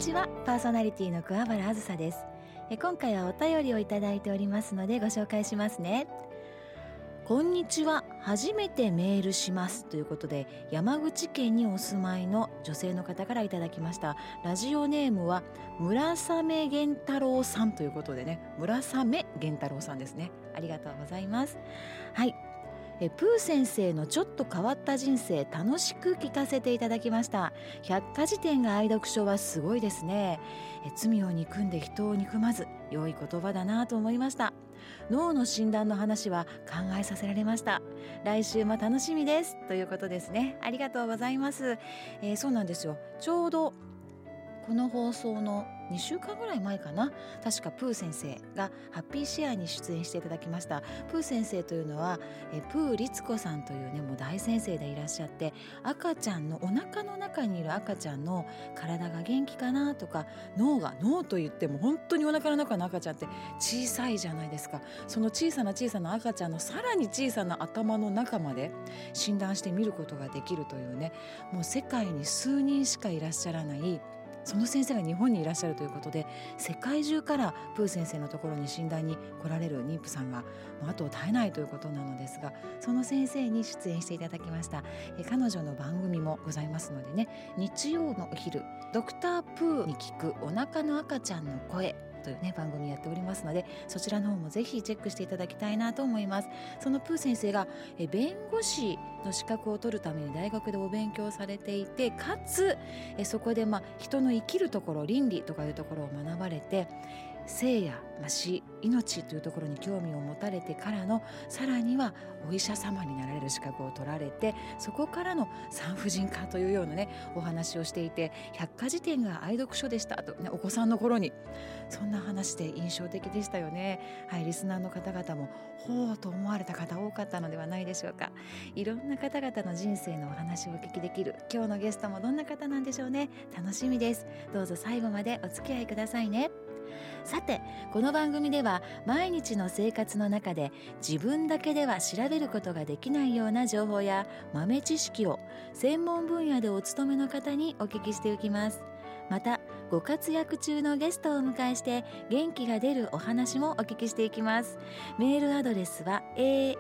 ちは、パーソナリティの桑原あずさです。今回はお便りをいただいておりますのでご紹介しますね。こんにちは、初めてメールしますということで、山口県にお住まいの女性の方からいただきました。ラジオネームは村雨源太郎さんということでね、村雨源太郎さんですね。ありがとうございます。はい、プー先生のちょっと変わった人生、楽しく聞かせていただきました。百科事典が愛読書はすごいですね。罪を憎んで人を憎まず、良い言葉だなと思いました。脳の診断の話は考えさせられました。来週も楽しみですということですね。ありがとうございます。そうなんですよ。ちょうどこの放送の2週間ぐらい前かな、確かプー先生がハッピーシェアに出演していただきました。プー先生というのはプー律子さんというね、もう大先生でいらっしゃって、赤ちゃんのお腹の中にいる赤ちゃんの体が元気かなとか、脳と言っても本当にお腹の中の赤ちゃんって小さいじゃないですか。その小さな赤ちゃんのさらに小さな頭の中まで診断して見ることができるというね、もう世界に数人しかいらっしゃらないその先生が日本にいらっしゃるということで、世界中からプー先生のところに診断に来られる妊婦さんが後を絶えないということなのですが、その先生に出演していただきました。彼女の番組もございますのでね、日曜のお昼、ドクタープーに聞くお腹の赤ちゃんの声というね、番組やっておりますので、そちらの方もぜひチェックしていただきたいなと思います。そのプー先生が弁護士の資格を取るために大学でお勉強されていて、かつそこで人の生きるところ、倫理とかいうところを学ばれて、生や死、命というところに興味を持たれてからの、さらにはお医者様になられる資格を取られて、そこからの産婦人科というようなね、お話をしていて、百科事典が愛読書でしたと、ね、お子さんの頃にそんな話で印象的でしたよね。はい、リスナーの方々もほうと思われた方多かったのではないでしょうか。いろんな方々の人生のお話をお聞きできる今日のゲストもどんな方なんでしょうね。楽しみです。どうぞ最後までお付き合いくださいね。さて、この番組では毎日の生活の中で自分だけでは調べることができないような情報や豆知識を専門分野でお勤めの方にお聞きしていきます。またご活躍中のゲストをお迎えして元気が出るお話もお聞きしていきます。メールアドレスは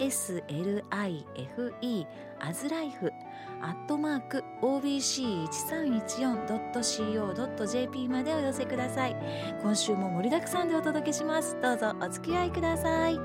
aslife@obc1314.co.jp までお寄せください。今週も盛りだくさんでお届けします。どうぞお付き合いください。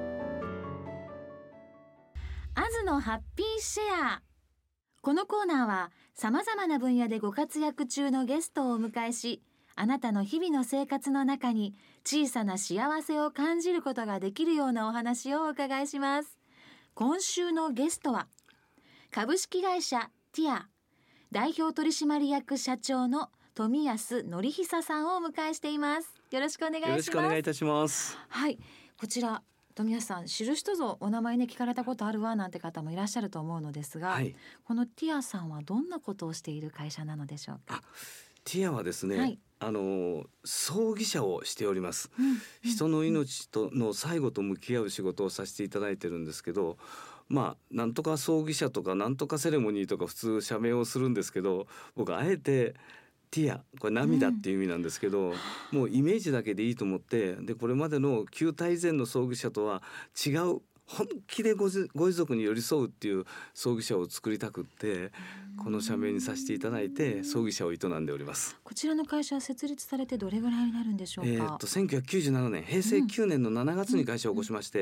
アズのハッピーシェア。このコーナーは様々な分野でご活躍中のゲストをお迎えし、あなたの日々の生活の中に小さな幸せを感じることができるようなお話をお伺いします。今週のゲストは株式会社ティア代表取締役社長の富安則久さんをお迎えしています。よろしくお願いします。 よろしくお願いいたします。 はい、こちら富安さん、知る人ぞお名前ね、聞かれたことあるわなんて方もいらっしゃると思うのですが、はい、このティアさんはどんなことをしている会社なのでしょうか。 ティアはですね、はい、葬儀社をしております、人の命の最後と向き合う仕事をさせていただいてるんですけど、なんとか葬儀社とかなんとかセレモニーとか普通社名をするんですけど、僕あえてティア、これ涙っていう意味なんですけど、もうイメージだけでいいと思って、でこれまでの旧態依然の葬儀社とは違う、本気でご遺族に寄り添うっていう葬儀社を作りたくって、この社名にさせていただいて葬儀社を営んでおります。 こちらの会社は設立されてどれぐらいになるんでしょうか。 1997年平成9年の7月に会社を起こしまして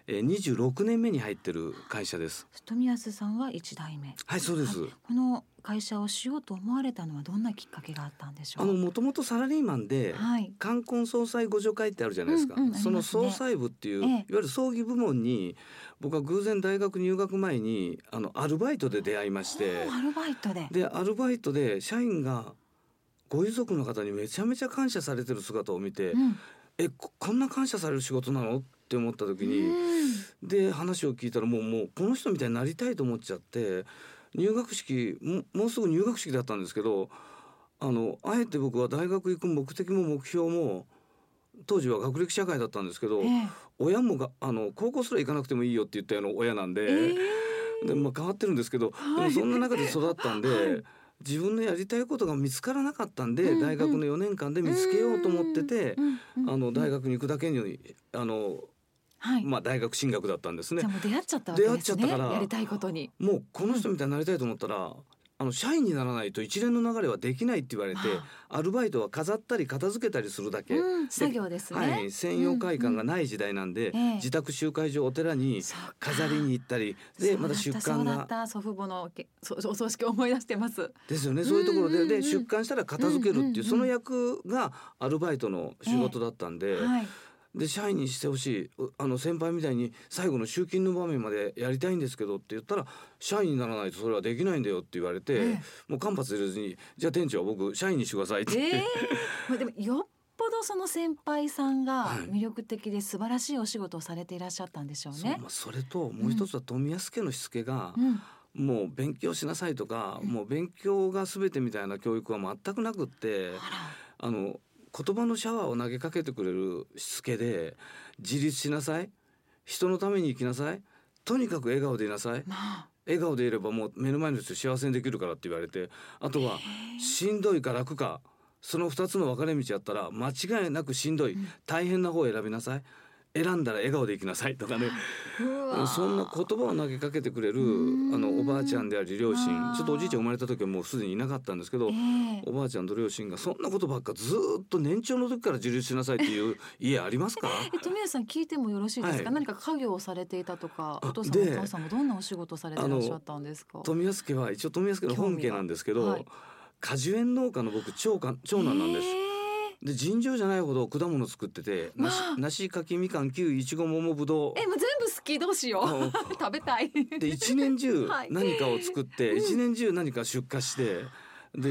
、26年目に入ってる会社です。 富安さんは1代目。 はい、そうです、はい、 この会社をしようと思われたのはどんなきっかけがあったんでしょう。 もともとサラリーマンで、冠婚葬祭互助会ってあるじゃないですか、その総裁部っていう、いわゆる葬儀部門に僕は偶然大学入学前にアルバイトで出会いまして、 アルバイトでアルバイトで社員がご遺族の方にめちゃめちゃ感謝されてる姿を見て、こんな感謝される仕事なのって思った時に、で話を聞いたらもうこの人みたいになりたいと思っちゃって、入学式 もうすぐ入学式だったんですけど、あえて僕は大学行く目的も目標も当時は学歴社会だったんですけど、親も高校すら行かなくてもいいよって言ったような親なんで、で変わってるんですけど、でもそんな中で育ったんで、 自分のやりたいことが見つからなかったんで、大学の4年間で見つけようと思ってて、大学に行くだけに大学進学だったんですね。 じゃあもう出会っちゃったわけですね。 出会っちゃったから、 やりたいことにもうこの人みたいになりたいと思ったら、社員にならないと一連の流れはできないって言われて、アルバイトは飾ったり片付けたりするだけ、 作業ですね。 専用会館がない時代なんで、自宅集会所お寺に飾りに行ったりで、また出棺が、 そうだった祖父母のお葬式を思い出してますですよね。そういうところで、出棺したら片付けるっていう、その役がアルバイトの仕事だったんで、で社員にしてほしい、先輩みたいに最後の集金の場面までやりたいんですけどって言ったら、社員にならないとそれはできないんだよって言われて、もう間髪入れずに、じゃあ店長僕社員にしてくださいって言って、 でもよっぽどその先輩さんが魅力的で素晴らしいお仕事をされていらっしゃったんでしょうね。 それともう一つは富安家のしつけが、もう勉強しなさいとか、もう勉強が全てみたいな教育は全くなくって、言葉のシャワーを投げかけてくれるしつけで、自立しなさい、人のために生きなさい、とにかく笑顔でいなさい、笑顔でいればもう目の前の人幸せにできるからって言われて、あとはしんどいか楽か、その2つの分かれ道やったら間違いなくしんどい、大変な方を選びなさい、選んだら笑顔で生きなさいとかね、そんな言葉を投げかけてくれるおばあちゃんであり両親、ちょっとおじいちゃん生まれた時はもうすでにいなかったんですけど、おばあちゃんと両親がそんなことばっかずっと年長の時から自立しなさいっていう家ありますか？ 富安さん聞いてもよろしいですか？何か家業をされていたとか、お父さんお母さんもどんなお仕事をされていらっしゃったんですか？ 富安家は一応富安家の本家なんですけど、果樹園農家の僕長男なんです。で尋常じゃないほど果物作ってて、梨、柿、みかん、キウイ、イチゴ、桃、ぶどう、 もう全部好き、どうしよう食べたいで一年中何かを作って、一年中何か出荷して、で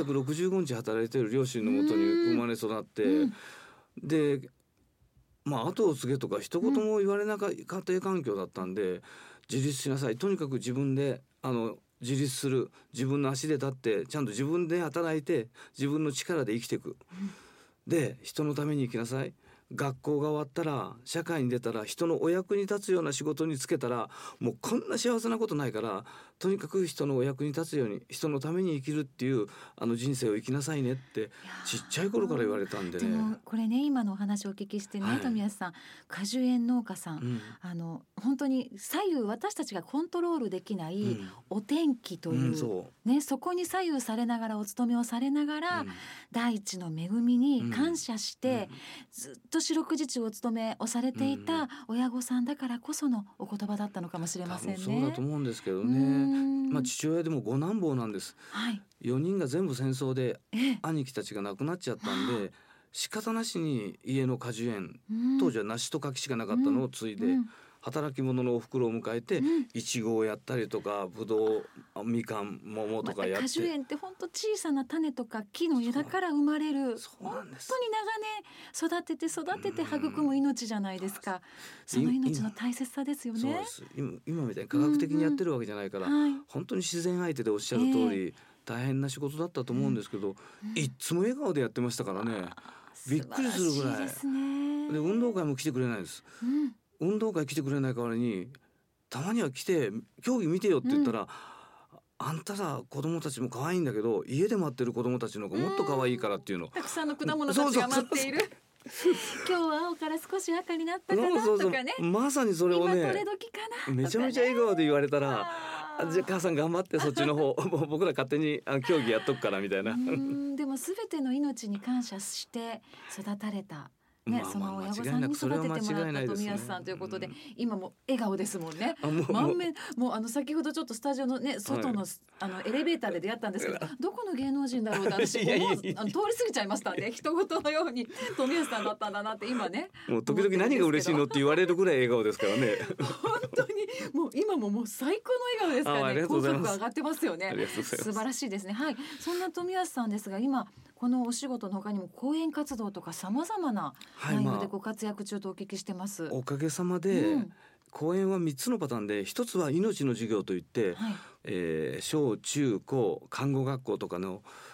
365日働いている両親のもとに生まれ育って、で後を継げとか一言も言われなかった家庭環境だったんで、自立しなさい、とにかく自分で自立する、自分の足で立ってちゃんと自分で働いて自分の力で生きていく、で人のために生きなさい、学校が終わったら社会に出たら人のお役に立つような仕事に就けたらもうこんな幸せなことないから、とにかく人のお役に立つように人のために生きるっていう人生を生きなさいねってちっちゃい頃から言われたんでね。 でもこれね、今のお話をお聞きしてね、富安さん果樹園農家さん、本当に左右私たちがコントロールできないお天気という、そこに左右されながらお勤めをされながら、大地の恵みに感謝して、ずっと四六時中お勤めをされていた親御さんだからこそのお言葉だったのかもしれませんね。 そうだと思うんですけどね。父親でも五男坊なんです、4人が全部戦争で兄貴たちが亡くなっちゃったんで、仕方なしに家の果樹園、当時は梨と柿しかなかったのを継いで、働き者のお袋を迎えて、いちごをやったりとか、ぶどう、みかん、桃とかやって、 果樹園って本当小さな種とか木の枝から生まれる、本当に長年育てて育む命じゃないですか。その命の大切さですよね。 そうです。今みたいに科学的にやってるわけじゃないから、本当に自然相手でおっしゃる通り、大変な仕事だったと思うんですけど、いつも笑顔でやってましたからね。びっくりするぐらいで、運動会も来てくれないです、運動会来てくれない代わりにたまには来て競技見てよって言ったら、あんたさ子供たちも可愛いんだけど家で待ってる子供たちの方がもっと可愛いからっていうの、 たくさんの果物たちが待っている今日は青から少し赤になったかなとかね、 まさにそれをね、 今取れ時かな、 めちゃめちゃ笑顔で言われたら、じゃあ母さん頑張ってそっちの方僕ら勝手に競技やっとくからみたいなでも全ての命に感謝して育たれた、その親御さんに育ててもらった富安さんということで、今も笑顔ですもんね。満面、もう先ほどちょっとスタジオのね外の、エレベーターで出会ったんですけど、どこの芸能人だろうって私通り過ぎちゃいましたね。人事のように富安さんだったんだなって今ね。 もう時々何が嬉しいのって言われるぐらい笑顔ですからね。 本当にもう今も最高の笑顔ですからね。高速上がってますよね。素晴らしいですね。そんな富安さんですが、今このお仕事の他にも講演活動とかさまざまな内容でご活躍中とお聞きしてます。 おかげさまで、講演は3つのパターンで、一つは命の授業といって、小中高看護学校とかの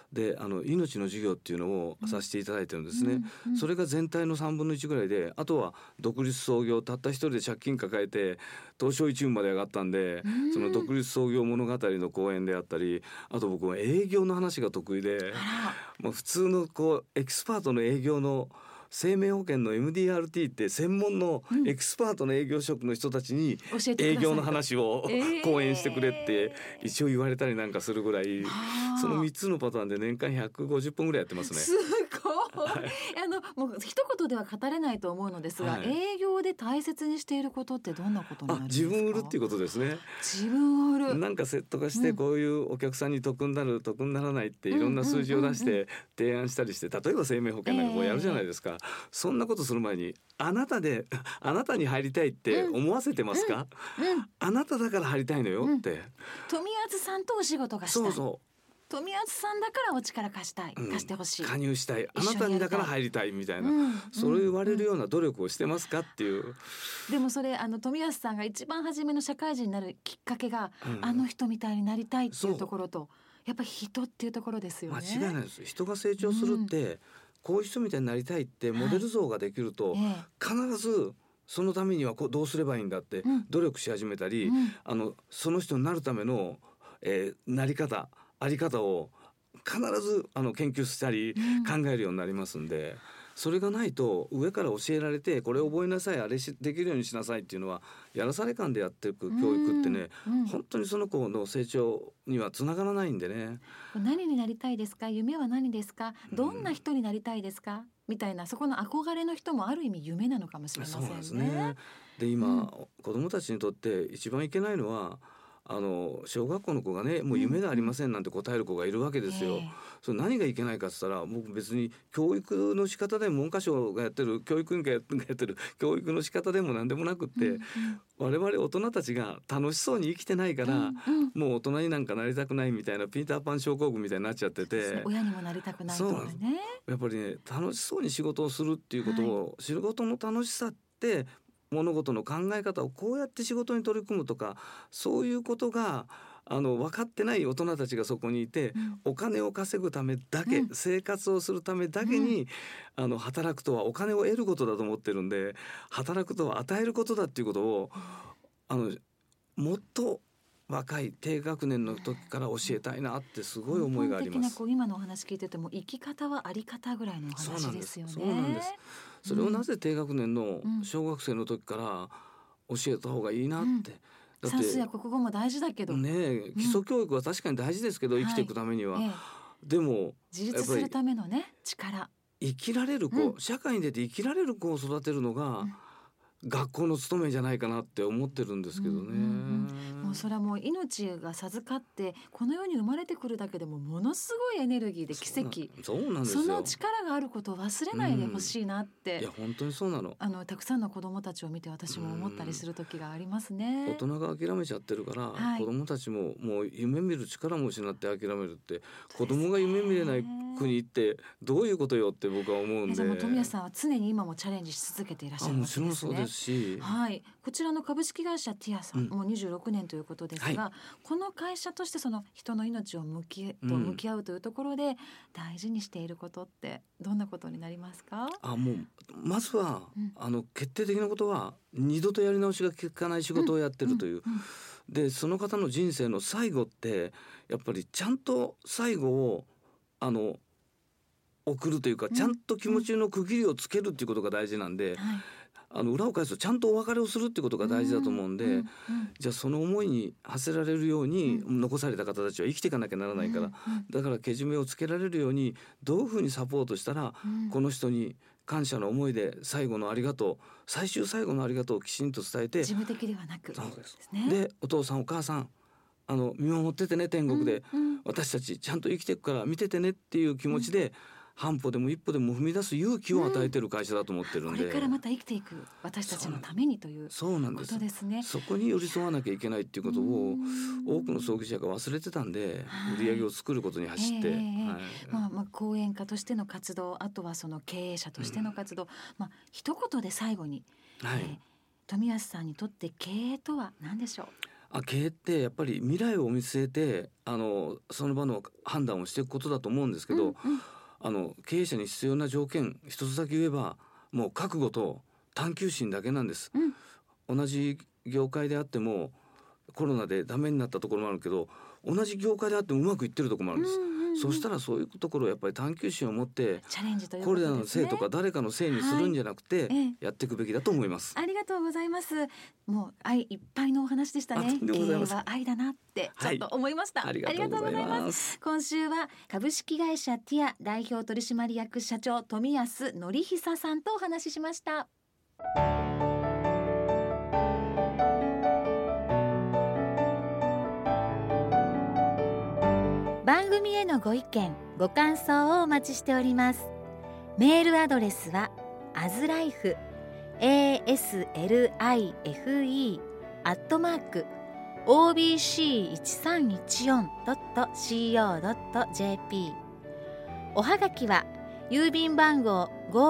で命の授業っていうのをさせていただいてるんですね、それが全体の3分の1ぐらいで、あとは独立創業、たった一人で借金抱えて東証一部まで上がったんで、その独立創業物語の講演であったり、あと僕は営業の話が得意で、普通のエキスパートの営業の生命保険の MDRT って専門のエキスパートの営業職の人たちに営業の話を講演してくれって一応言われたりなんかするぐらい、その3つのパターンで年間150本ぐらいやってますね。 すごい、はい、もう一言では語れないと思うのですが、営業で大切にしていることってどんなことになるんですか？ 自分を売るっていうことですね。 自分を売る、 なんかセット化して、こういうお客さんに得になる得にならないっていろんな数字を出して提案したりして、例えば生命保険なんかこうやるじゃないですか、そんなことする前にあなたに入りたいって思わせてますか、あなただから入りたいのよって、 富安さんとお仕事がしたい、 そう富安さんだからお力貸したい、貸してほしい、 加入したい、あなたにだから入りたいみたいな、そう言われるような努力をしてますかっていう。 でもそれ富安さんが一番初めの社会人になるきっかけが、あの人みたいになりたいっていうところと、やっぱり人っていうところですよね。 間違いないです。人が成長するって、こういう人みたいになりたいってモデル像ができると、必ずそのためにはどうすればいいんだって努力し始めたり、その人になるための、なり方あり方を必ず研究したり考えるようになりますんで、それがないと上から教えられて、これ覚えなさい、あれできるようにしなさいっていうのはやらされ感でやっていく教育ってね、本当にその子の成長にはつながらないんでね。 何になりたいですか、夢は何ですか、どんな人になりたいですか、みたいな、そこの憧れの人もある意味夢なのかもしれませんね。 そうですね。で今、子どもたちにとって一番いけないのは、小学校の子がね、もう夢がありませんなんて答える子がいるわけですよ。それ何がいけないかって言ったら、僕別に教育の仕方でも文科省がやってる教育委員会がやってる教育の仕方でも何でもなくって、我々大人たちが楽しそうに生きてないから、もう大人になんかなりたくないみたいなピーターパン症候群みたいになっちゃってて、 親にもなりたくないとかね。 やっぱりね、楽しそうに仕事をするっていうことを、仕事の楽しさって物事の考え方をこうやって仕事に取り組むとか、そういうことが分かってない大人たちがそこにいて、お金を稼ぐためだけ、生活をするためだけに、働くとはお金を得ることだと思ってるんで、働くとは与えることだっていうことをもっと若い低学年の時から教えたいなってすごい思いがあります。 根本的な今のお話聞いてても、生き方はあり方ぐらいのお話ですよね。 そうなんです。それをなぜ低学年の小学生の時から教えた方がいいなって、だって算数や国語も大事だけどね、基礎教育は確かに大事ですけど、生きていくためには、でも自立するためのね、力、 生きられる子、社会に出て生きられる子を育てるのが、学校の務めじゃないかなって思ってるんですけどね。 もうそれはもう命が授かってこの世に生まれてくるだけでもものすごいエネルギーで奇跡、 そうなんですよ。 その力があることを忘れないでほしいなって、 いや本当にそうなの。 たくさんの子どもたちを見て私も思ったりする時がありますね。 大人が諦めちゃってるから、子どもたちももう夢見る力も失って諦めるって、子どもが夢見れない国ってどういうことよって僕は思うんで。 も富安さんは常に今もチャレンジし続けていらっしゃるわけですね。 もちろんそうですし、 こちらの株式会社ティアさん、もう26年ということですが、この会社としてその人の命を向き合うというところで大事にしていることってどんなことになりますか？ もうまずは、決定的なことは二度とやり直しが効かない仕事をやってるという、でその方の人生の最後ってやっぱりちゃんと最後を送るというか、ちゃんと気持ちの区切りをつけるっていうことが大事なんで、裏を返すとちゃんとお別れをするってことが大事だと思うんで、じゃあその思いに馳せられるように、残された方たちは生きていかなきゃならないから、だからけじめをつけられるようにどういうふうにサポートしたら、この人に感謝の思いで最後のありがとう、最後のありがとうをきちんと伝えて、 事務的ではなく、 そうですね。でお父さんお母さん見守っててね、天国で、私たちちゃんと生きていくから見ててねっていう気持ちで、半歩でも一歩でも踏み出す勇気を与えてる会社だと思ってるんで、 これからまた生きていく私たちのためにということですね。 そこに寄り添わなきゃいけないっていうことを多くの葬儀社が忘れてたんで、売り上げを作ることに走って、 講演家としての活動、あとはその経営者としての活動、一言で最後に、富安さんにとって経営とは何でしょう？ 経営ってやっぱり未来を見据えてその場の判断をしていくことだと思うんですけど、経営者に必要な条件一つだけ言えばもう覚悟と探求心だけなんです、同じ業界であってもコロナでダメになったところもあるけど、同じ業界であってもうまくいってるところもあるんです、そうしたらそういうところをやっぱり探求心を持ってチャレンジというこれことですね。 らのせいとか誰かのせいにするんじゃなくて、やっていくべきだと思います。 ありがとうございます。もう愛いっぱいのお話でしたね。経営は愛だなってちょっと思いました、 ありがとうございます。 今週は株式会社ティア代表取締役社長富安則久さんとお話ししました。番組へのご意見ご感想をお待ちしております。メールアドレスはazlife@obc1314.co.jp。 おはがきは郵便番号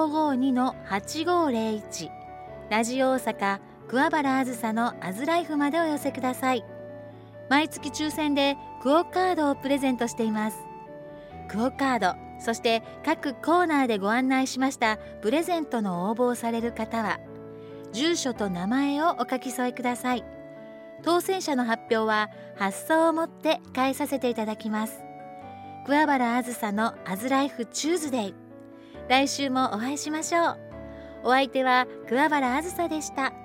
552-8501 ラジオ大阪桑原あずさのアズライフまでお寄せください。毎月抽選でクオカードをプレゼントしています。クオカード、そして各コーナーでご案内しましたプレゼントの応募をされる方は住所と名前をお書き添えください。当選者の発表は発送をもって返させていただきます。桑原あずさのアズライフチューズデイ、来週もお会いしましょう。お相手は桑原あずさでした。